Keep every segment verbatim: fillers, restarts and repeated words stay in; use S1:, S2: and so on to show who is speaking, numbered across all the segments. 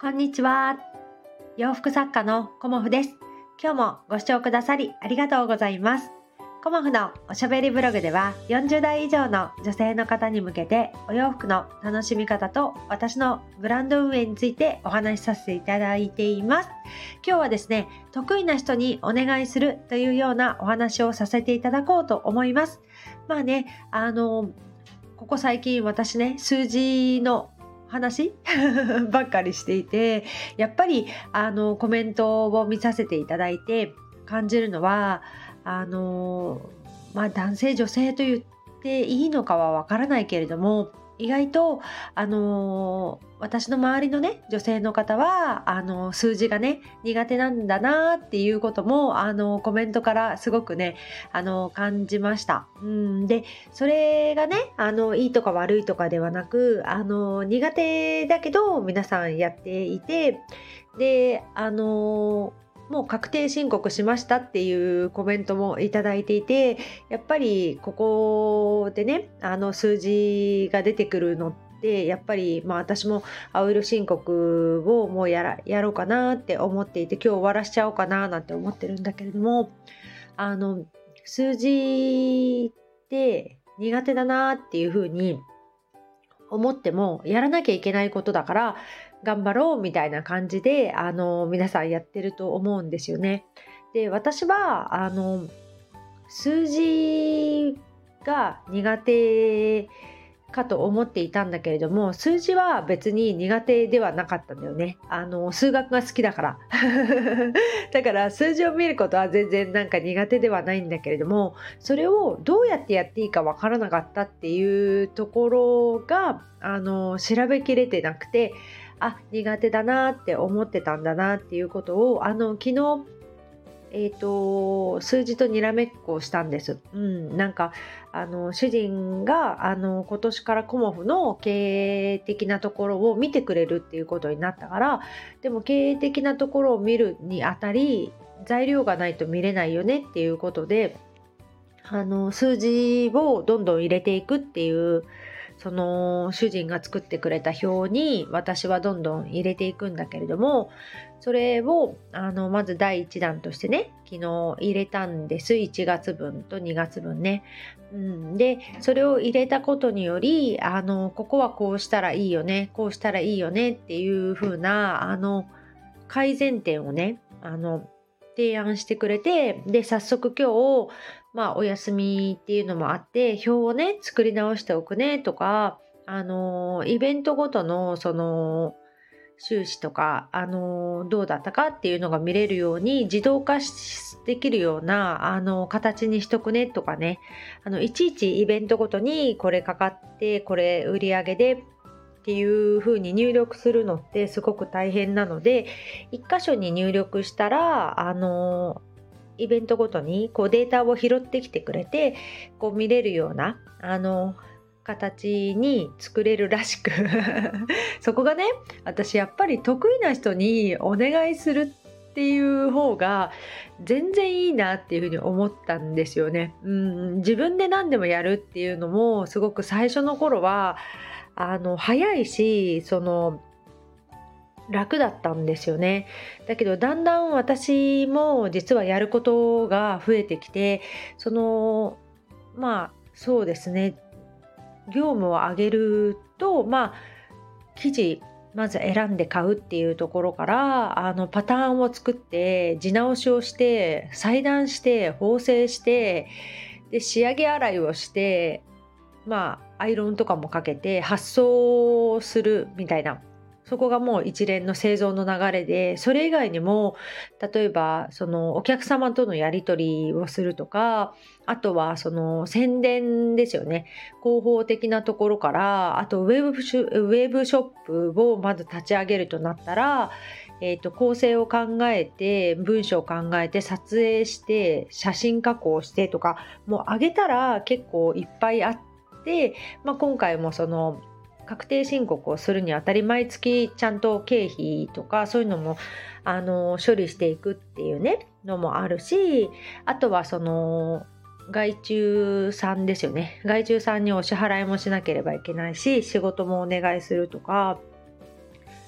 S1: こんにちは。洋服作家のコモフです。今日もご視聴くださりありがとうございます。コモフのおしゃべりブログではよんじゅう代以上の女性の方に向けてお洋服の楽しみ方と私のブランド運営についてお話しさせていただいています。今日はですね、得意な人にお願いするというようなお話をさせていただこうと思います。まあね、あのここ最近私ね、数字の話ばっかりしていて、やっぱりあのコメントを見させていただいて感じるのは、あのまあ男性女性と言っていいのかはわからないけれども、意外とあの私の周りのね女性の方はあの数字がね苦手なんだなっていうこともあのコメントからすごくねあの感じました。うんでそれがねあのいいとか悪いとかではなく、あの苦手だけど皆さんやっていて、であのもう確定申告しましたっていうコメントもいただいていて、やっぱりここでねあの数字が出てくるのってやっぱり、まあ、私も青色申告をもうやらやろうかなって思っていて、今日終わらしちゃおうかななんて思ってるんだけれども、あの数字って苦手だなっていうふうに思ってもやらなきゃいけないことだから頑張ろうみたいな感じであの皆さんやってると思うんですよね。で、私はあの数字が苦手かと思っていたんだけれども、数字は別に苦手ではなかったんだよね。あの数学が好きだからだから数字を見ることは全然なんか苦手ではないんだけれども、それをどうやってやっていいかわからなかったっていうところがあの調べきれてなくて、あ、苦手だなって思ってたんだなっていうことをあの昨日えーと、数字とにらめっこをしたんです。うん、なんかあの主人があの今年からコモフの経営的なところを見てくれるっていうことになったから、でも経営的なところを見るにあたり材料がないと見れないよねっていうことで、あの数字をどんどん入れていくっていう、その主人が作ってくれた表に私はどんどん入れていくんだけれども、それをあのまずだいいちだんとしてね昨日入れたんです。いちがつぶんとにがつぶんね、うん、でそれを入れたことによりあのここはこうしたらいいよね、こうしたらいいよねっていう風なあの改善点をねあの提案してくれて、で早速今日まあお休みっていうのもあって表をね作り直しておくねとか、あのイベントごとのその収支とか、あのどうだったかっていうのが見れるように自動化できるようなあの形にしとくねとかね、あのいちいちイベントごとにこれかかってこれ売り上げでっていう風に入力するのってすごく大変なので、一箇所に入力したらあのイベントごとにこうデータを拾ってきてくれてこう見れるようなあの形に作れるらしくそこがね、私やっぱり得意な人にお願いするっていう方が全然いいなっていうふうに思ったんですよね。うん、自分で何でもやるっていうのもすごく最初の頃はあの早いし、その楽だったんですよね。だけどだんだん私も実はやることが増えてきて、そのまあそうですね、業務を上げるとまあ生地まず選んで買うっていうところから、あのパターンを作って地直しをして裁断して縫製してで仕上げ洗いをして、まあアイロンとかもかけて発送するみたいな、そこがもう一連の製造の流れで、それ以外にも例えばそのお客様とのやり取りをするとか、あとはその宣伝ですよね、広報的なところから、あとウェブショウェブショップをまず立ち上げるとなったら、えーと、構成を考えて文章を考えて撮影して写真加工してとか、もう上げたら結構いっぱいあって、まあ、今回もその確定申告をするにあたり毎月ちゃんと経費とかそういうのもあの処理していくっていうねのもあるし、あとはその外注さんですよね、外注さんにお支払いもしなければいけないし、仕事もお願いするとか、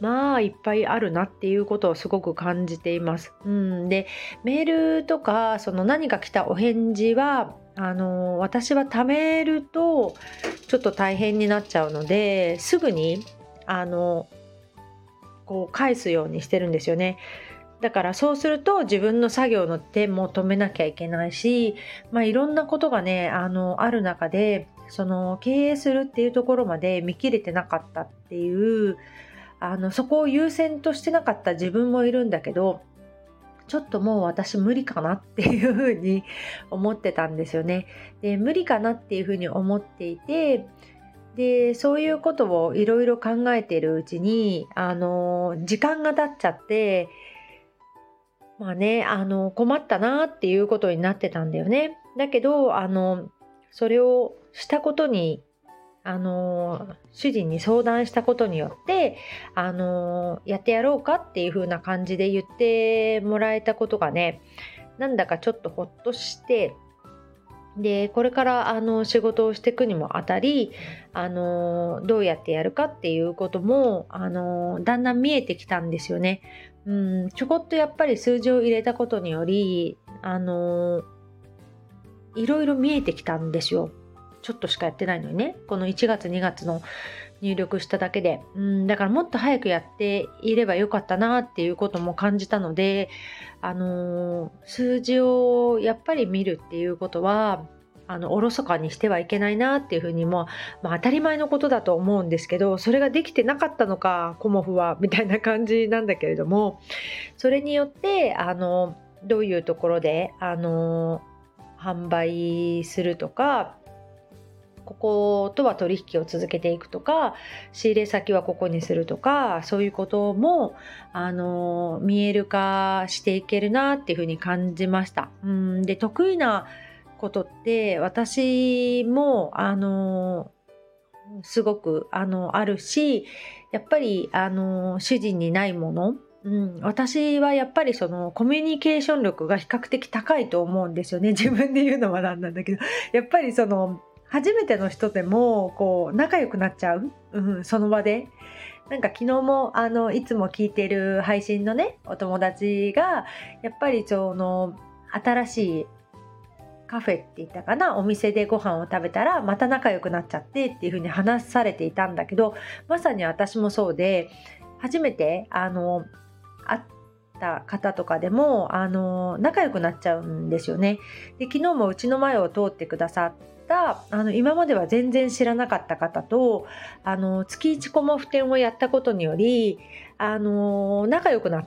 S1: まあいっぱいあるなっていうことをすごく感じています。うん、でメールとかその何か来たお返事はあの私は貯めるとちょっと大変になっちゃうのですぐにあのこう返すようにしてるんですよね。だからそうすると自分の作業の手も止めなきゃいけないし、まあ、いろんなことがねあのある中でその経営するっていうところまで見切れてなかったっていうあのそこを優先としてなかった自分もいるんだけど、ちょっともう私無理かなっていうふうに思ってたんですよね。で無理かなっていうふうに思っていて、でそういうことをいろいろ考えているうちにあの時間が経っちゃって、まあね、あの困ったなっていうことになってたんだよね。だけどあのそれをしたことにあの主人に相談したことによってあのやってやろうかっていう風な感じで言ってもらえたことがね、なんだかちょっとほっとして、でこれからあの仕事をしていくにもあたりあのどうやってやるかっていうこともあのだんだん見えてきたんですよね。うん、ちょこっとやっぱり数字を入れたことによりあのいろいろ見えてきたんですよ。ちょっとしかやってないのにね、このいちがつにがつの入力しただけで、うん、だからもっと早くやっていればよかったなっていうことも感じたので、あのー数字をやっぱり見るっていうことはあのおろそかにしてはいけないなっていうふうにも、まあ、当たり前のことだと思うんですけど、それができてなかったのかコモフはみたいな感じなんだけれども、それによってあのどういうところであの販売するとか、こことは取引を続けていくとか、仕入れ先はここにするとか、そういうこともあの見える化していけるなっていうふうに感じました。うんで得意なことって私もあのすごくあのあるし、やっぱりあの主人にないもの、うん、私はやっぱりそのコミュニケーション力が比較的高いと思うんですよね。自分で言うのはなんなんだけど、やっぱりその初めての人でもこう仲良くなっちゃう、うん、その場で。なんか昨日もあのいつも聞いてる配信のねお友達がやっぱりその新しいカフェって言ったかな、お店でご飯を食べたらまた仲良くなっちゃってっていう風に話されていたんだけど、まさに私もそうで、初めてあの会った方とかでもあの仲良くなっちゃうんですよね。で昨日もうちの前を通ってくださったあの今までは全然知らなかった方とあの月いちコモフ展をやったことによりあの仲良くなって、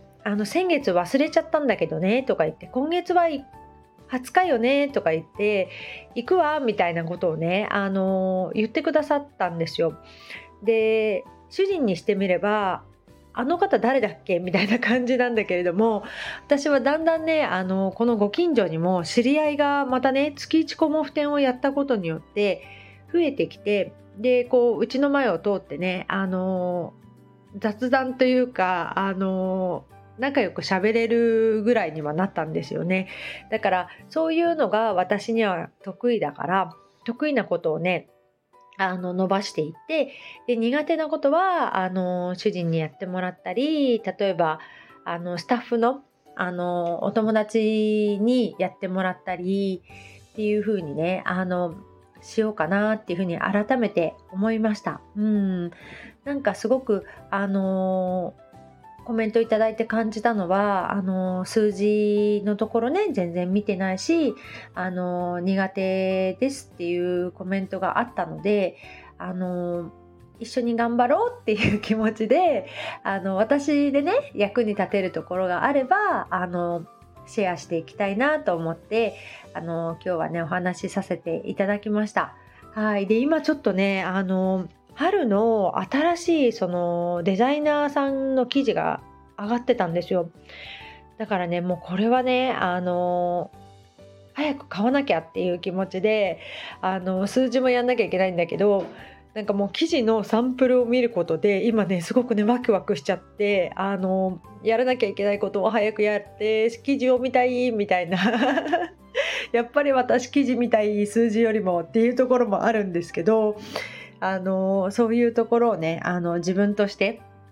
S1: あの先月忘れちゃったんだけどねとか言って、今月ははつかよねとか言って行くわみたいなことをねあの言ってくださったんですよ。で主人にしてみればあの方誰だっけみたいな感じなんだけれども、私はだんだんねあのこのご近所にも知り合いがまたね月いちコモフ展をやったことによって増えてきて、でこううちの前を通ってねあの雑談というかあの仲良く喋れるぐらいにはなったんですよね。だからそういうのが私には得意だから、得意なことをねあの伸ばしていって、で苦手なことはあの主人にやってもらったり、例えばあのスタッフのあのお友達にやってもらったりっていう風にねあのしようかなっていう風に改めて思いました。うん、なんかすごくあのコメントいただいて感じたのは、あの数字のところね全然見てないし、あの苦手ですっていうコメントがあったので、あの一緒に頑張ろうっていう気持ちで、あの私でね役に立てるところがあればあのシェアしていきたいなと思って、あの今日はねお話しさせていただきました。はい、で今ちょっとねあの春の新しいそのデザイナーさんの記事が上がってたんですよ。だからねもうこれはねあの早く買わなきゃっていう気持ちであの数字もやんなきゃいけないんだけど、なんかもう記事のサンプルを見ることで今ねすごくねワクワクしちゃって、あのやらなきゃいけないことを早くやって記事を見たいみたいなやっぱり私記事見たい数字よりもっていうところもあるんですけど、あのそういうところをねあの自分として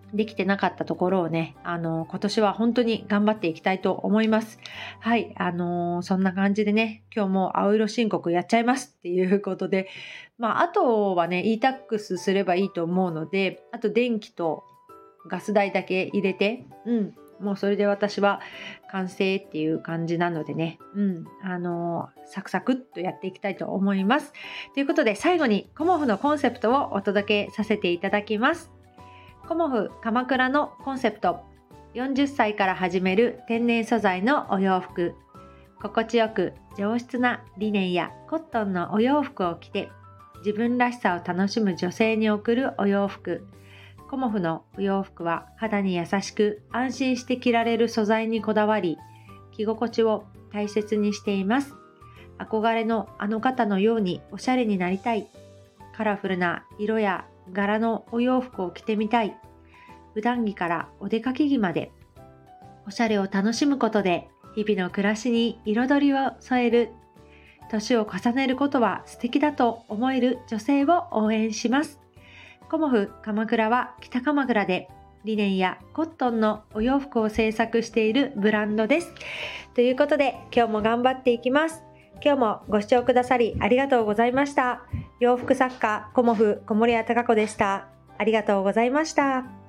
S1: できてなかったところをね、あの、今年は本当に頑張っていきたいと思います。はい、あの、そんな感じでね、今日も青色申告やっちゃいますっていうことで、まあ、あとはね、e タックスすればいいと思うので、あと電気とガス代だけ入れて、うん、もうそれで私は完成っていう感じなのでね、うん、あの、サクサクっとやっていきたいと思います。ということで、最後にコモフのコンセプトをお届けさせていただきます。コモフ鎌倉のコンセプト、よんじゅっさいから始める天然素材のお洋服。心地よく上質なリネンやコットンのお洋服を着て、自分らしさを楽しむ女性に贈るお洋服。コモフのお洋服は肌に優しく安心して着られる素材にこだわり、着心地を大切にしています。憧れのあの方のようにおしゃれになりたい。カラフルな色や柄のお洋服を着てみたい。普段着からお出かけ着まで、おしゃれを楽しむことで日々の暮らしに彩りを添える。年を重ねることは素敵だと思える女性を応援します。コモフ鎌倉は北鎌倉でリネンやコットンのお洋服を制作しているブランドです。ということで今日も頑張っていきます。今日もご視聴くださりありがとうございました。洋服作家コモフ小森屋貴子でした。ありがとうございました。